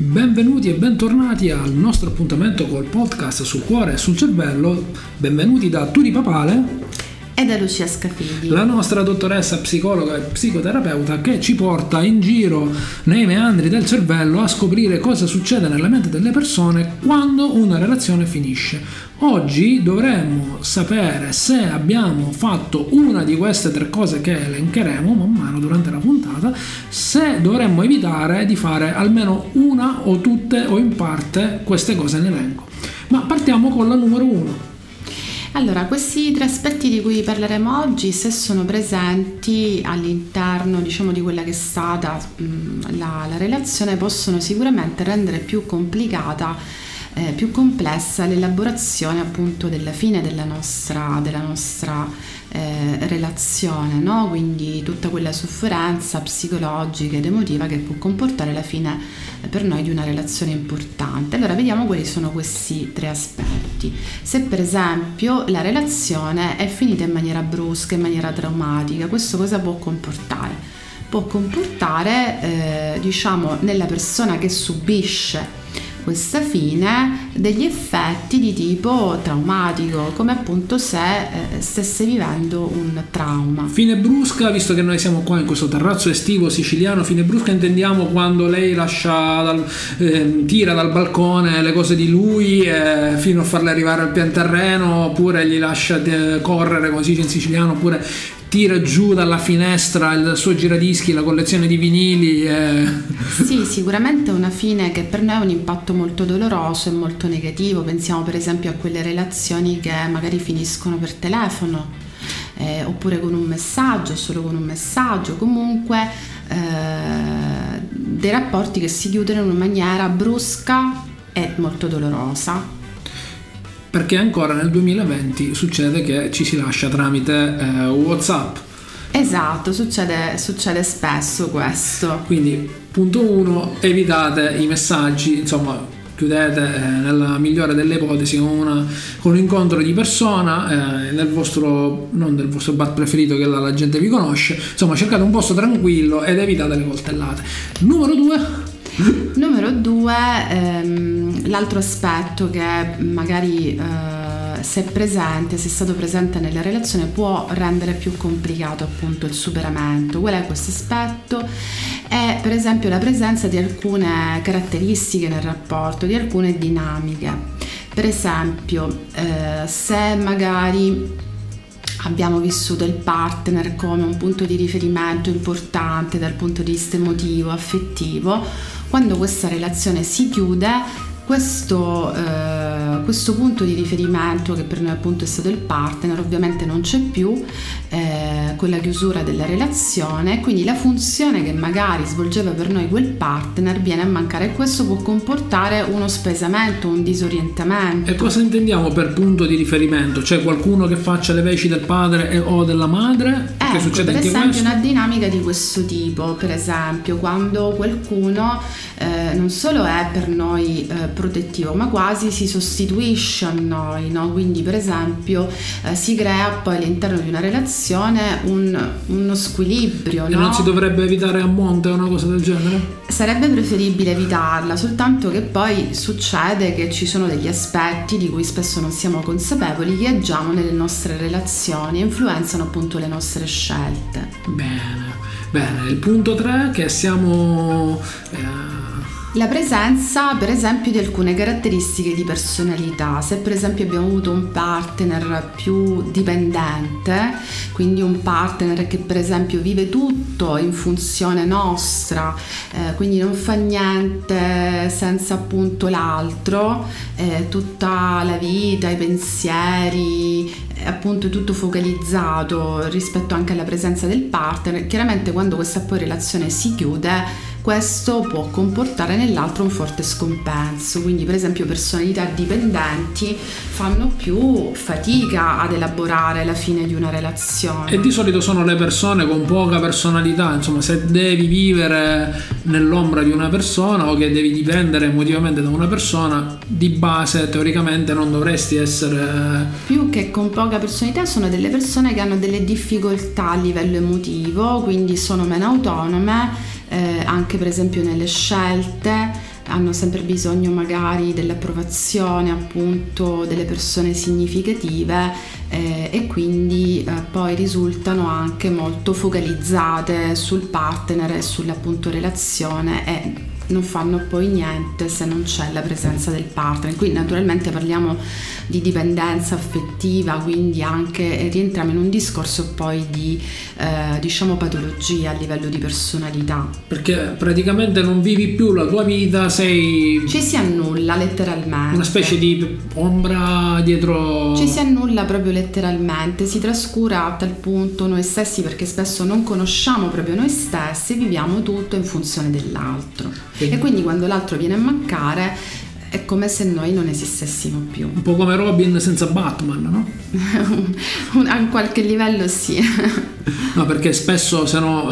Benvenuti e bentornati al nostro appuntamento col podcast sul cuore e sul cervello. Benvenuti da Turi Papale e da Lucia Scafidi, la nostra dottoressa psicologa e psicoterapeuta che ci porta in giro nei meandri del cervello a scoprire cosa succede nella mente delle persone quando una relazione finisce. Oggi dovremmo sapere se abbiamo fatto una di queste tre cose che elencheremo man mano durante la puntata, se dovremmo evitare di fare almeno una o tutte o in parte queste cose in elenco. Ma partiamo con la numero 1. Allora, questi tre aspetti di cui parleremo oggi, se sono presenti all'interno, di quella che è stata la relazione, possono sicuramente rendere più complicata, più complessa l'elaborazione appunto della fine della nostra relazione, no? Quindi tutta quella sofferenza psicologica ed emotiva che può comportare la fine per noi di una relazione importante. Allora vediamo quali sono questi tre aspetti. Se per esempio la relazione è finita in maniera brusca, in maniera traumatica, questo cosa può comportare? Può comportare nella persona che subisce questa fine degli effetti di tipo traumatico, come appunto se stesse vivendo un trauma. Fine brusca, visto che noi siamo qua in questo terrazzo estivo siciliano, fine brusca intendiamo quando lei tira dal balcone le cose di lui fino a farle arrivare al pian terreno, oppure gli lascia correre, come si dice in siciliano, oppure tira giù dalla finestra il suo giradischi, la collezione di vinili. Sì, sicuramente è una fine che per noi ha un impatto molto doloroso e molto negativo. Pensiamo per esempio a quelle relazioni che magari finiscono per telefono, oppure con un messaggio, solo con un messaggio, comunque dei rapporti che si chiudono in una maniera brusca e molto dolorosa. Perché ancora nel 2020 succede che ci si lascia tramite WhatsApp. Esatto, succede spesso questo. Quindi punto 1, evitate i messaggi, insomma chiudete nella migliore delle ipotesi con un incontro di persona non del vostro bar preferito che la gente vi conosce, insomma cercate un posto tranquillo ed evitate le coltellate. Numero 2, l'altro aspetto che magari se è stato presente nella relazione può rendere più complicato appunto il superamento. Qual è questo aspetto? È per esempio la presenza di alcune caratteristiche nel rapporto, di alcune dinamiche. Per esempio se magari abbiamo vissuto il partner come un punto di riferimento importante dal punto di vista emotivo, affettivo, quando questa relazione si chiude, questo punto di riferimento, che per noi appunto è stato il partner, ovviamente non c'è più con la chiusura della relazione, quindi la funzione che magari svolgeva per noi quel partner viene a mancare, e questo può comportare uno spesamento, un disorientamento. E cosa intendiamo per punto di riferimento? Cioè qualcuno che faccia le veci del padre o della madre? Che succede per anche esempio questo? Una dinamica di questo tipo, per esempio quando qualcuno non solo è per noi protettivo, ma quasi si sostituisce a noi, no? Quindi per esempio si crea poi all'interno di una relazione uno squilibrio, e no? non si dovrebbe evitare a monte una cosa del genere? Sarebbe preferibile evitarla, soltanto che poi succede che ci sono degli aspetti di cui spesso non siamo consapevoli che agiamo nelle nostre relazioni e influenzano appunto le nostre scelte. Bene, il punto 3 che siamo la presenza per esempio di alcune caratteristiche di personalità. Se per esempio abbiamo avuto un partner più dipendente, quindi un partner che per esempio vive tutto in funzione nostra, quindi non fa niente senza appunto l'altro, tutta la vita, i pensieri, appunto tutto focalizzato rispetto anche alla presenza del partner, chiaramente quando questa poi relazione si chiude, questo può comportare nell'altro un forte scompenso. Quindi per esempio personalità dipendenti fanno più fatica ad elaborare la fine di una relazione, e di solito sono le persone con poca personalità. Insomma, se devi vivere nell'ombra di una persona o che devi dipendere emotivamente da una persona, di base teoricamente non dovresti essere... Più che con poca personalità, sono delle persone che hanno delle difficoltà a livello emotivo, quindi sono meno autonome, anche per esempio nelle scelte, hanno sempre bisogno magari dell'approvazione appunto delle persone significative, e quindi poi risultano anche molto focalizzate sul partner e sulla appunto relazione, e non fanno poi niente se non c'è la presenza del partner. Quindi naturalmente parliamo di dipendenza affettiva, quindi anche rientriamo in un discorso poi di diciamo patologia a livello di personalità, perché praticamente non vivi più la tua vita, ci si annulla letteralmente, una specie di ombra dietro, ci si annulla proprio letteralmente, si trascura a tal punto noi stessi, perché spesso non conosciamo proprio noi stessi, viviamo tutto in funzione dell'altro. E quindi quando l'altro viene a mancare è come se noi non esistessimo più. Un po' come Robin senza Batman, no? A qualche livello sì. No, perché spesso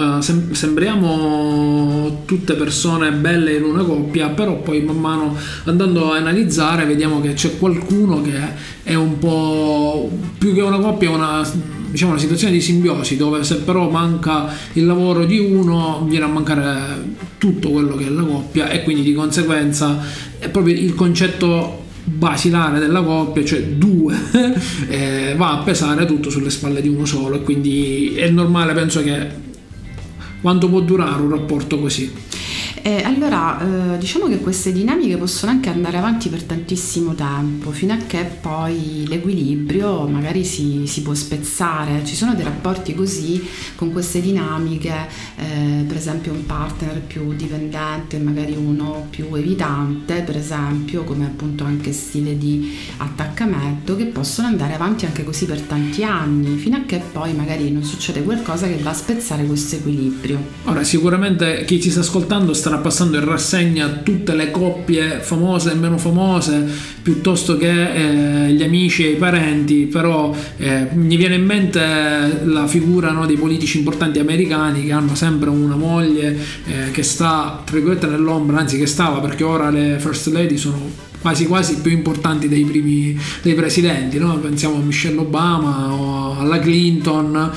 sembriamo tutte persone belle in una coppia, però poi man mano andando a analizzare vediamo che c'è qualcuno che è un po' più che una coppia, una situazione di simbiosi, dove se però manca il lavoro di uno viene a mancare tutto quello che è la coppia, e quindi di conseguenza è proprio il concetto basilare della coppia, cioè due, va a pesare tutto sulle spalle di uno solo, e quindi è normale, penso, che quanto può durare un rapporto così. Allora, diciamo che queste dinamiche possono anche andare avanti per tantissimo tempo, fino a che poi l'equilibrio magari si può spezzare. Ci sono dei rapporti così, con queste dinamiche, per esempio un partner più dipendente, magari uno più evitante, per esempio, come appunto anche stile di attaccamento, che possono andare avanti anche così per tanti anni, fino a che poi magari non succede qualcosa che va a spezzare questo equilibrio. Ora, sicuramente chi ci sta ascoltando starà passando in rassegna tutte le coppie famose e meno famose, piuttosto che gli amici e i parenti, però mi viene in mente la figura, no, dei politici importanti americani che hanno sempre una moglie che sta tra virgolette nell'ombra, anzi che stava, perché ora le first lady sono quasi più importanti dei presidenti, no? Pensiamo a Michelle Obama o alla Clinton.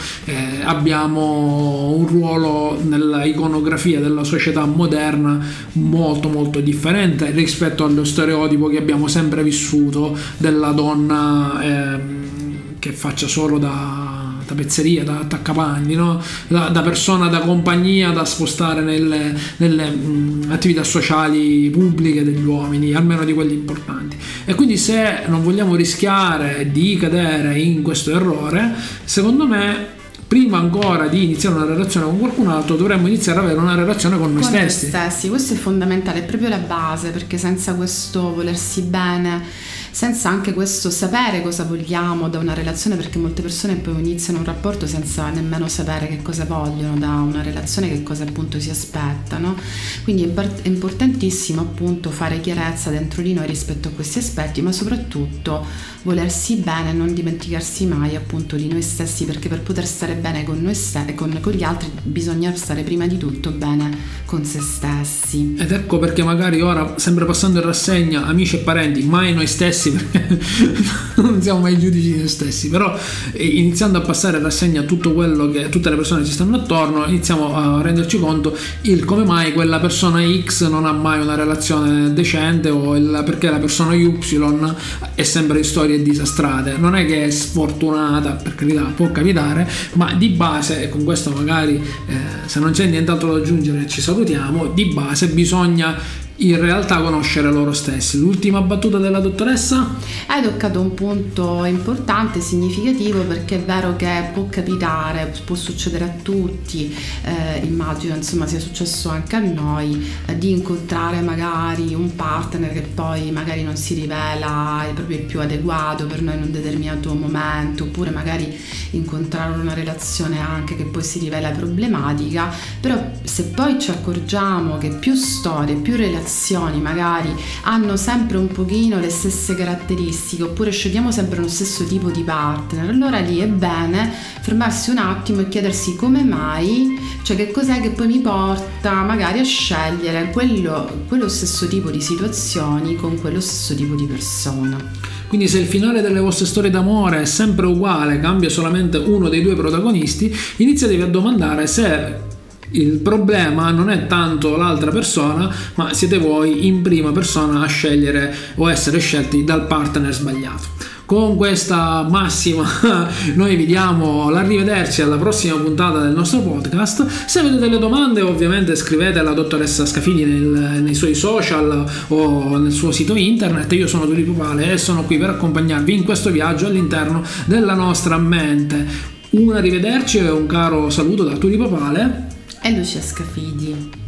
Abbiamo un ruolo nella iconografia della società moderna molto molto differente rispetto allo stereotipo che abbiamo sempre vissuto della donna che faccia solo da pezzeria, da attaccapanni, no? Da persona da compagnia da spostare nelle attività sociali pubbliche degli uomini, almeno di quelli importanti. E quindi, se non vogliamo rischiare di cadere in questo errore, secondo me, prima ancora di iniziare una relazione con qualcun altro, dovremmo iniziare ad avere una relazione con noi stessi. Questo è fondamentale, è proprio la base, perché senza questo volersi bene, senza anche questo sapere cosa vogliamo da una relazione, perché molte persone poi iniziano un rapporto senza nemmeno sapere che cosa vogliono da una relazione, che cosa appunto si aspettano. Quindi è importantissimo appunto fare chiarezza dentro di noi rispetto a questi aspetti, ma soprattutto volersi bene, non dimenticarsi mai appunto di noi stessi, perché per poter stare bene con noi stessi, con gli altri, bisogna stare prima di tutto bene con se stessi. Ed ecco perché magari ora, sempre passando in rassegna amici e parenti, mai noi stessi, perché non siamo mai giudici di noi stessi, però iniziando a passare in rassegna tutto quello che tutte le persone ci stanno attorno, iniziamo a renderci conto il come mai quella persona X non ha mai una relazione decente, o perché la persona Y è sempre in storie disastrate. Non è che è sfortunata, per carità, può capitare, ma di base, e con questo magari se non c'è nient'altro da aggiungere ci salutiamo, di base bisogna in realtà conoscere loro stessi. L'ultima battuta della dottoressa? Hai toccato un punto importante, significativo, perché è vero che può capitare, può succedere a tutti, immagino insomma sia successo anche a noi, di incontrare magari un partner che poi magari non si rivela proprio il più adeguato per noi in un determinato momento, oppure magari incontrare una relazione anche che poi si rivela problematica. Però se poi ci accorgiamo che più storie, più relazioni magari hanno sempre un pochino le stesse caratteristiche, oppure scegliamo sempre lo stesso tipo di partner, allora lì è bene fermarsi un attimo e chiedersi come mai, cioè che cos'è che poi mi porta magari a scegliere quello stesso tipo di situazioni con quello stesso tipo di persona. Quindi se il finale delle vostre storie d'amore è sempre uguale, cambia solamente uno dei due protagonisti, iniziatevi a domandare se Il problema non è tanto l'altra persona, ma siete voi in prima persona a scegliere o essere scelti dal partner sbagliato. Con questa massima noi vi diamo l'arrivederci alla prossima puntata del nostro podcast. Se avete delle domande ovviamente scrivete alla dottoressa Scafidi nei suoi social o nel suo sito internet. Io sono Tullio Papale e sono qui per accompagnarvi in questo viaggio all'interno della nostra mente. Un arrivederci e un caro saluto da Tullio Papale e Lucia Scafidi.